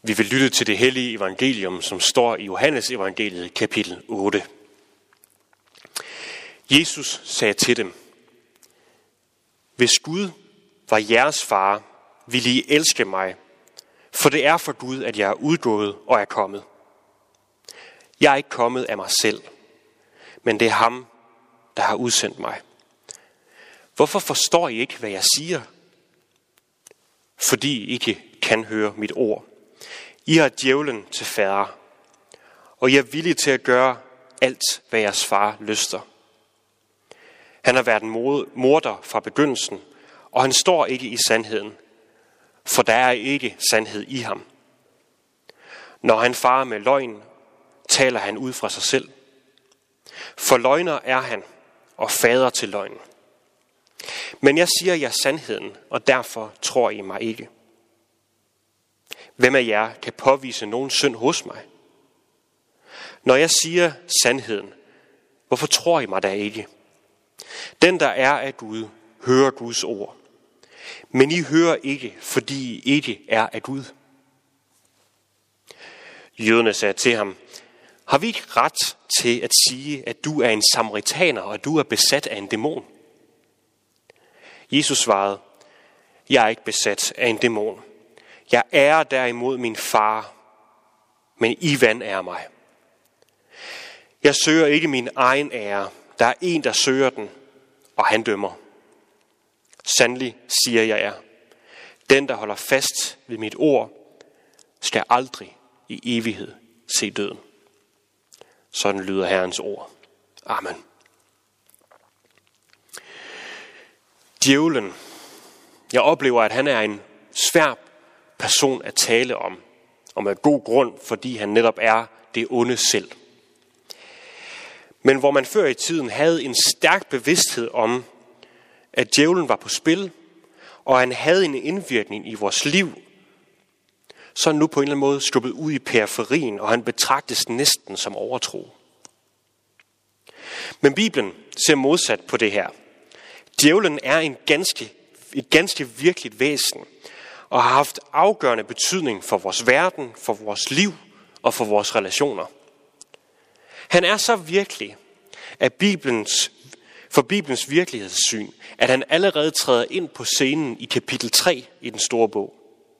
Vi vil lytte til det hellige evangelium, som står i Johannes evangeliet, kapitel 8. Jesus sagde til dem: Hvis Gud var jeres far, ville I elske mig, for det er for Gud, at jeg er udgået og er kommet. Jeg er ikke kommet af mig selv, men det er ham, der har udsendt mig. Hvorfor forstår I ikke, hvad jeg siger? Fordi I ikke kan høre mit ord. I har djævlen til fader, og I er villige til at gøre alt, hvad jeres far lyster. Han har været en morder fra begyndelsen, og han står ikke i sandheden, for der er ikke sandhed i ham. Når han farer med løgn, taler han ud fra sig selv. For løgner er han, og fader til løgn. Men jeg siger jer sandheden, og derfor tror I mig ikke. Hvem af jer kan påvise nogen synd hos mig? Når jeg siger sandheden, hvorfor tror I mig da ikke? Den, der er af Gud, hører Guds ord. Men I hører ikke, fordi I ikke er af Gud. Jøderne sagde til ham: Har vi ikke ret til at sige, at du er en samaritaner, og du er besat af en dæmon? Jesus svarede: Jeg er ikke besat af en dæmon. Jeg ærer derimod min far, men I vanærer mig. Jeg søger ikke min egen ære. Der er en, der søger den, og han dømmer. Sandelig siger jeg jer: Den, der holder fast ved mit ord, skal aldrig i evighed se døden. Sådan lyder Herrens ord. Amen. Djævlen. Jeg oplever, at han er en svær person at tale om, og med god grund, fordi han netop er det onde selv. Men hvor man før i tiden havde en stærk bevidsthed om, at djævlen var på spil, og han havde en indvirkning i vores liv, så er han nu på en eller anden måde skubbet ud i periferien, og han betragtes næsten som overtro. Men Bibelen ser modsat på det her. Djævlen er et ganske virkeligt væsen, og har haft afgørende betydning for vores verden, for vores liv og for vores relationer. Han er så virkelig, at for Bibelens virkelighedssyn, at han allerede træder ind på scenen i kapitel 3 i den store bog.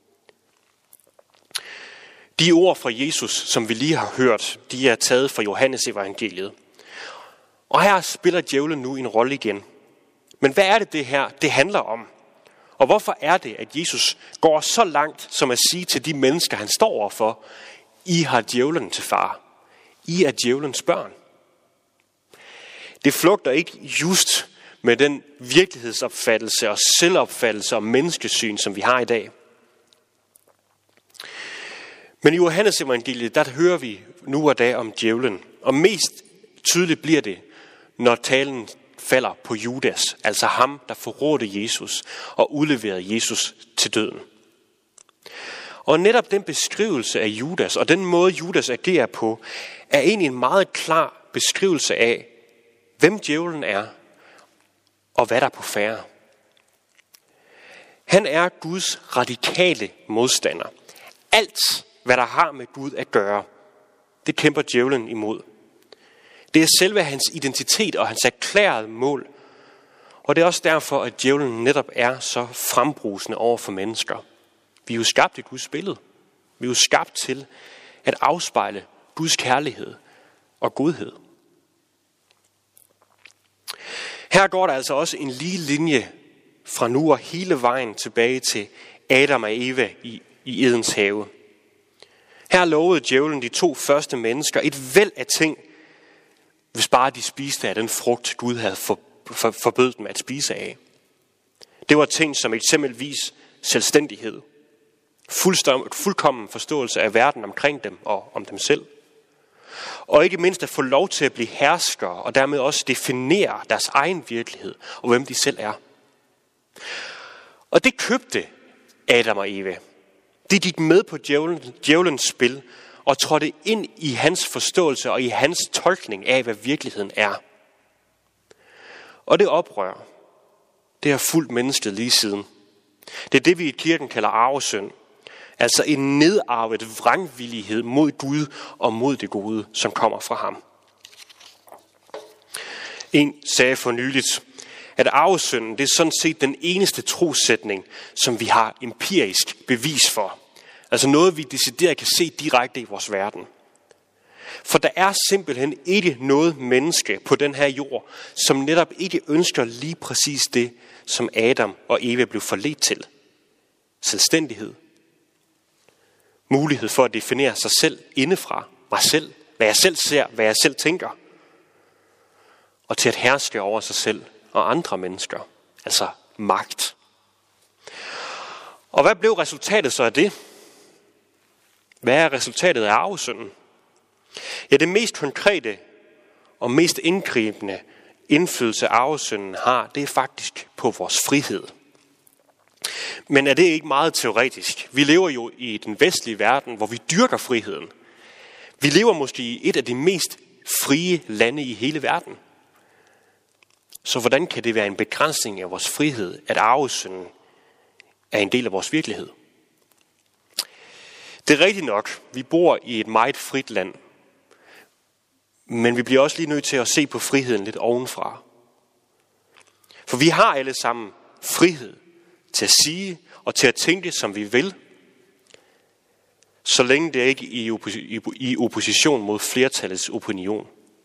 De ord fra Jesus, som vi lige har hørt, de er taget fra Johannes evangeliet. Og her spiller djævlen nu en rolle igen. Men hvad er det her, det handler om? Og hvorfor er det, at Jesus går så langt, som at sige til de mennesker, han står overfor: I har djævlen til far. I er djævlens børn. Det flugter ikke just med den virkelighedsopfattelse og selvopfattelse og menneskesyn, som vi har i dag. Men i Johannes evangeliet, der hører vi nu og da om djævlen. Og mest tydeligt bliver det, når talen falder på Judas, altså ham, der forrådte Jesus og udleverede Jesus til døden. Og netop den beskrivelse af Judas, og den måde Judas agerer på, er egentlig en meget klar beskrivelse af, hvem djævlen er, og hvad der er på færde. Han er Guds radikale modstander. Alt, hvad der har med Gud at gøre, det kæmper djævlen imod. Det er selve hans identitet og hans erklærede mål. Og det er også derfor, at djævlen netop er så frembrusende over for mennesker. Vi er jo skabt i Guds billede. Vi er jo skabt til at afspejle Guds kærlighed og godhed. Her går der altså også en lige linje fra nu og hele vejen tilbage til Adam og Eva i Edens have. Her lovede djævlen de 2 første mennesker et væld af ting, hvis bare de spiste af den frugt, Gud havde forbød dem at spise af. Det var ting som eksempelvis selvstændighed, fuldkommen forståelse af verden omkring dem og om dem selv, og ikke mindst at få lov til at blive herskere og dermed også definere deres egen virkelighed og hvem de selv er. Og det købte Adam og Eva. De gik med på djævelens spil og trådte ind i hans forståelse og i hans tolkning af, hvad virkeligheden er. Og det oprør, det har fulgt mennesket lige siden. Det er det, vi i kirken kalder arvesynd. Altså en nedarvet vrangvillighed mod Gud og mod det gode, som kommer fra ham. En sagde for nyligt, at arvesynden, det er sådan set den eneste trossætning, som vi har empirisk bevis for. Altså noget, vi decideret kan se direkte i vores verden. For der er simpelthen ikke noget menneske på den her jord, som netop ikke ønsker lige præcis det, som Adam og Eva blev forledt til. Selvstændighed. Mulighed for at definere sig selv indefra, mig selv, hvad jeg selv ser, hvad jeg selv tænker. Og til at herske over sig selv og andre mennesker. Altså magt. Og hvad blev resultatet så af det? Hvad er resultatet af arvesynden? Ja, det mest konkrete og mest indgribende indflydelse arvesynden har, det er faktisk på vores frihed. Men er det ikke meget teoretisk? Vi lever jo i den vestlige verden, hvor vi dyrker friheden. Vi lever måske i et af de mest frie lande i hele verden. Så hvordan kan det være en begrænsning af vores frihed, at arvesynden er en del af vores virkelighed? Det er rigtigt nok, vi bor i et meget frit land. Men vi bliver også lige nødt til at se på friheden lidt ovenfra. For vi har alle sammen frihed til at sige og til at tænke, som vi vil, så længe det ikke er i opposition mod flertallets opinion.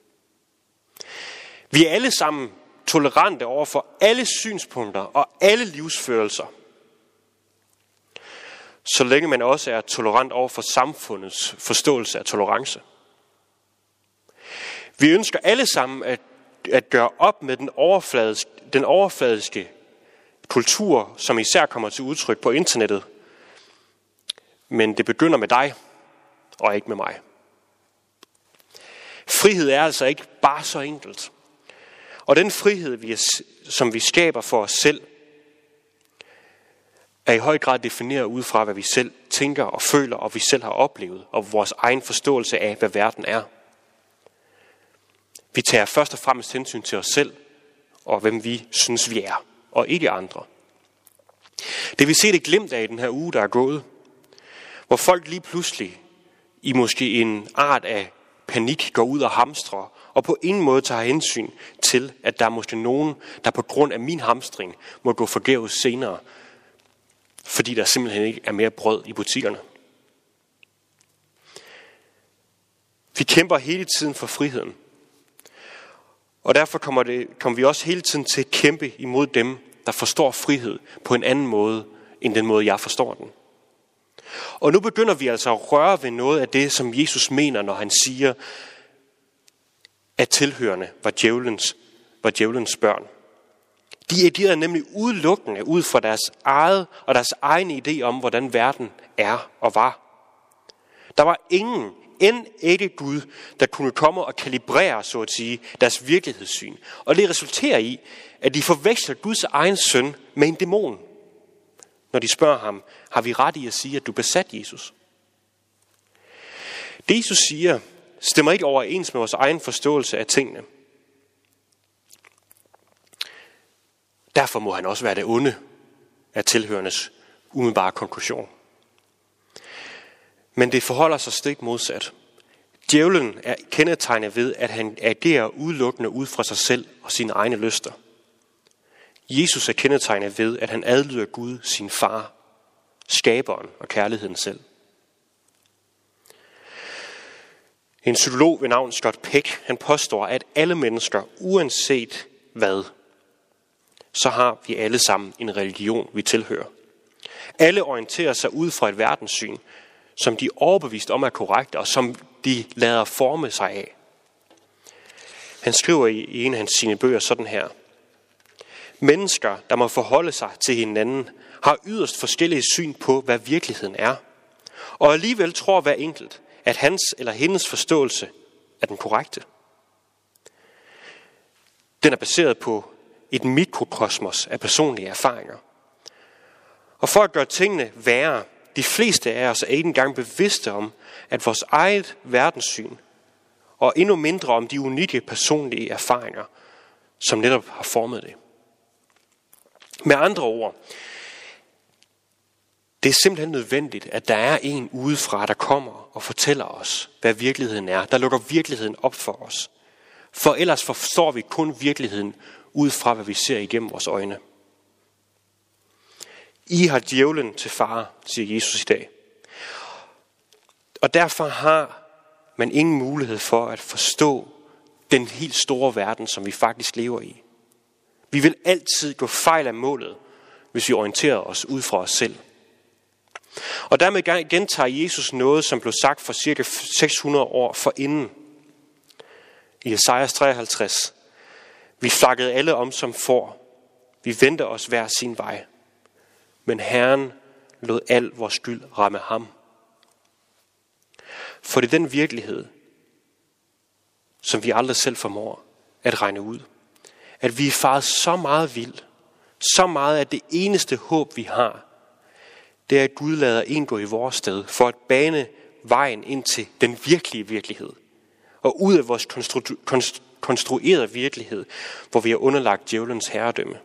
Vi er alle sammen tolerante over for alle synspunkter og alle livsførelser, så længe man også er tolerant over for samfundets forståelse af tolerance. Vi ønsker alle sammen at gøre op med den overfladiske kultur, som især kommer til udtryk på internettet. Men det begynder med dig, og ikke med mig. Frihed er altså ikke bare så enkelt. Og den frihed, som vi skaber for os selv, er i høj grad defineret ud fra, hvad vi selv tænker og føler, og vi selv har oplevet, og vores egen forståelse af, hvad verden er. Vi tager først og fremmest hensyn til os selv, og hvem vi synes, vi er, og ikke andre. Det vi set et glimt af i den her uge, der er gået, hvor folk lige pludselig, i måske en art af panik, går ud og hamstrer, og på ingen måde tager hensyn til, at der er måske nogen, der på grund af min hamstring må gå forgæves senere, fordi der simpelthen ikke er mere brød i butikkerne. Vi kæmper hele tiden for friheden. Og derfor kommer vi også hele tiden til at kæmpe imod dem, der forstår frihed på en anden måde, end den måde, jeg forstår den. Og nu begynder vi altså at røre ved noget af det, som Jesus mener, når han siger, at tilhørende var djævelens børn. De agerede nemlig udelukkende ud fra deres eget og deres egen idé om, hvordan verden er og var. Der var ingen, end ikke Gud, der kunne komme og kalibrere, så at sige, deres virkelighedssyn. Og det resulterer i, at de forveksler Guds egen søn med en dæmon, når de spørger ham, har vi ret i at sige, at du er besat, Jesus? Det Jesus siger, stemmer ikke overens med vores egen forståelse af tingene. Derfor må han også være det onde af tilhørendes umiddelbare konklusion. Men det forholder sig stik modsat. Djævlen er kendetegnet ved, at han agerer udelukkende ud fra sig selv og sine egne lyster. Jesus er kendetegnet ved, at han adlyder Gud, sin far, skaberen og kærligheden selv. En psykolog ved navn Scott Peck, han påstår, at alle mennesker, uanset hvad, så har vi alle sammen en religion, vi tilhører. Alle orienterer sig ud fra et verdenssyn, som de er overbevist om er korrekt, og som de lader forme sig af. Han skriver i en af sine bøger sådan her. Mennesker, der må forholde sig til hinanden, har yderst forskellige syn på, hvad virkeligheden er. Og alligevel tror hver enkelt, at hans eller hendes forståelse er den korrekte. Den er baseret på et mikrokosmos af personlige erfaringer. Og for at gøre tingene værre, de fleste af os er ikke engang bevidste om, at vores eget verdenssyn, og endnu mindre om de unikke personlige erfaringer, som netop har formet det. Med andre ord, Det er simpelthen nødvendigt, at der er en udefra, der kommer og fortæller os, hvad virkeligheden er. Der lukker virkeligheden op for os. For ellers forstår vi kun virkeligheden ud fra, hvad vi ser igennem vores øjne. I har djævlen til far, siger Jesus i dag. Og derfor har man ingen mulighed for at forstå den helt store verden, som vi faktisk lever i. Vi vil altid gå fejl af målet, hvis vi orienterer os ud fra os selv. Og dermed gentager Jesus noget, som blev sagt for cirka 600 år forinden. I Esajas 53. Vi flakkede alle om som får. Vi vendte os hver sin vej. Men Herren lod al vores skyld ramme ham. For det er den virkelighed, som vi aldrig selv formår at regne ud. At vi er faret så meget vild, så meget at det eneste håb vi har, det er at Gud lader en gå i vores sted, for at bane vejen ind til den virkelige virkelighed. Og ud af vores konstruerede virkelighed, hvor vi har underlagt djævelens herredømme.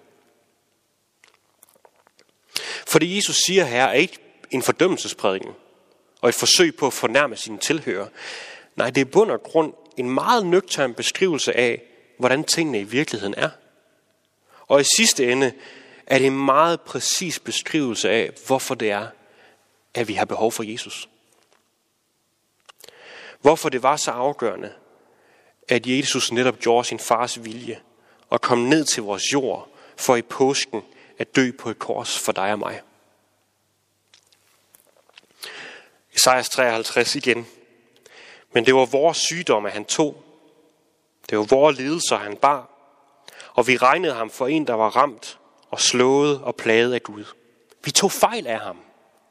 For det Jesus siger her er ikke en fordømmelsesprædiken og et forsøg på at fornærme sine tilhørere. Nej, det er bund og grund en meget nøgtern beskrivelse af, hvordan tingene i virkeligheden er. Og i sidste ende er det en meget præcis beskrivelse af, hvorfor det er, at vi har behov for Jesus. Hvorfor det var så afgørende, at Jesus netop gjorde sin fars vilje og kom ned til vores jord for i påsken at dø på et kors for dig og mig. Esajas 53 igen. Men det var vores sygdomme, han tog. Det var vores lidelser, han bar. Og vi regnede ham for en, der var ramt og slået og plaget af Gud. Vi tog fejl af ham.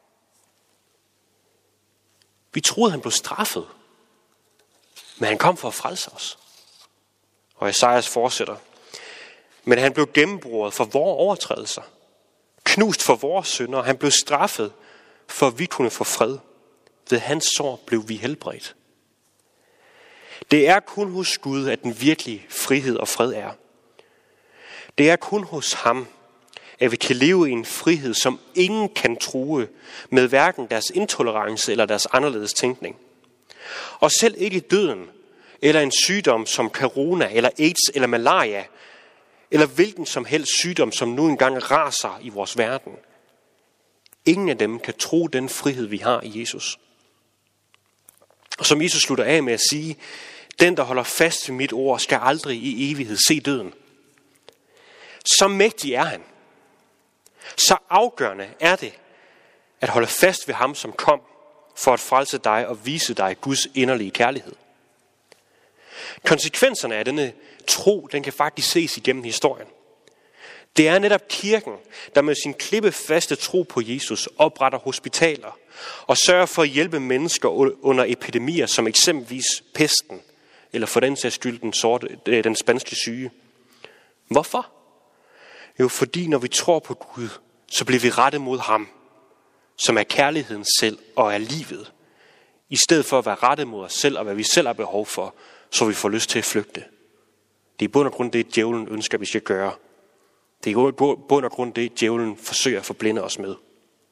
Vi troede, han blev straffet. Men han kom for at frelse os. Og Esajas fortsætter. Men han blev gennembroret for vores overtrædelser. Knust for vores synder. Han blev straffet, for at vi kunne få fred. Ved hans sår blev vi helbredt. Det er kun hos Gud, at den virkelige frihed og fred er. Det er kun hos ham, at vi kan leve i en frihed, som ingen kan true med hverken deres intolerance eller deres anderledes tænkning. Og selv ikke døden, eller en sygdom som corona, eller AIDS, eller malaria, eller hvilken som helst sygdom, som nu engang raser i vores verden. Ingen af dem kan tro den frihed, vi har i Jesus. Og som Jesus slutter af med at sige, den, der holder fast ved mit ord, skal aldrig i evighed se døden. Så mægtig er han. Så afgørende er det at holde fast ved ham, som kom for at frelse dig og vise dig Guds inderlige kærlighed. Konsekvenserne af denne tro, den kan faktisk ses igennem historien. Det er netop kirken, der med sin klippefaste tro på Jesus opretter hospitaler og sørger for at hjælpe mennesker under epidemier som eksempelvis pesten, eller for den sags skyld den spanske syge. Hvorfor? Jo, fordi når vi tror på Gud, så bliver vi rettet mod ham, som er kærligheden selv og er livet. I stedet for at være rettet mod os selv og hvad vi selv har behov for, så vi får lyst til at flygte. Det er i bund og grund det, djævlen ønsker, vi skal gøre. Det er i bund og grund det, djævlen forsøger at forblinde os med.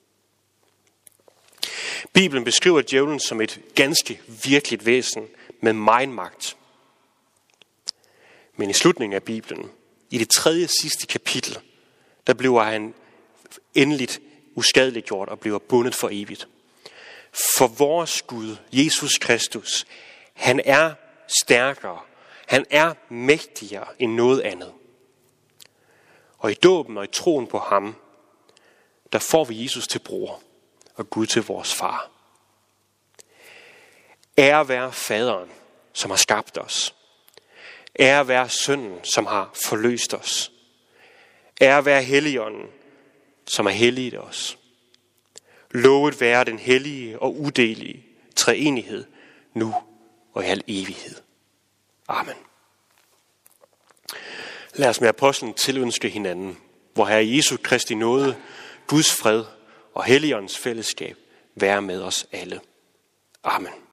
Bibelen beskriver djævlen som et ganske virkeligt væsen med megen magt. Men i slutningen af Bibelen, i det 3. sidste kapitel, der bliver han endeligt uskadeliggjort og bliver bundet for evigt. For vores Gud, Jesus Kristus, han er stærkere, han er mægtigere end noget andet. Og i dåben og i troen på ham, der får vi Jesus til bror og Gud til vores far. Ære være faderen, som har skabt os. Ære være sønnen, som har forløst os. Ære være Helligånden, som har helliget os. Lovet være den hellige og udelelige treenighed, nu og i al evighed. Amen. Lad os med apostlen tilønske hinanden, hvor Herre Jesu Kristi nåde, Guds fred og Helligåndens fællesskab være med os alle. Amen.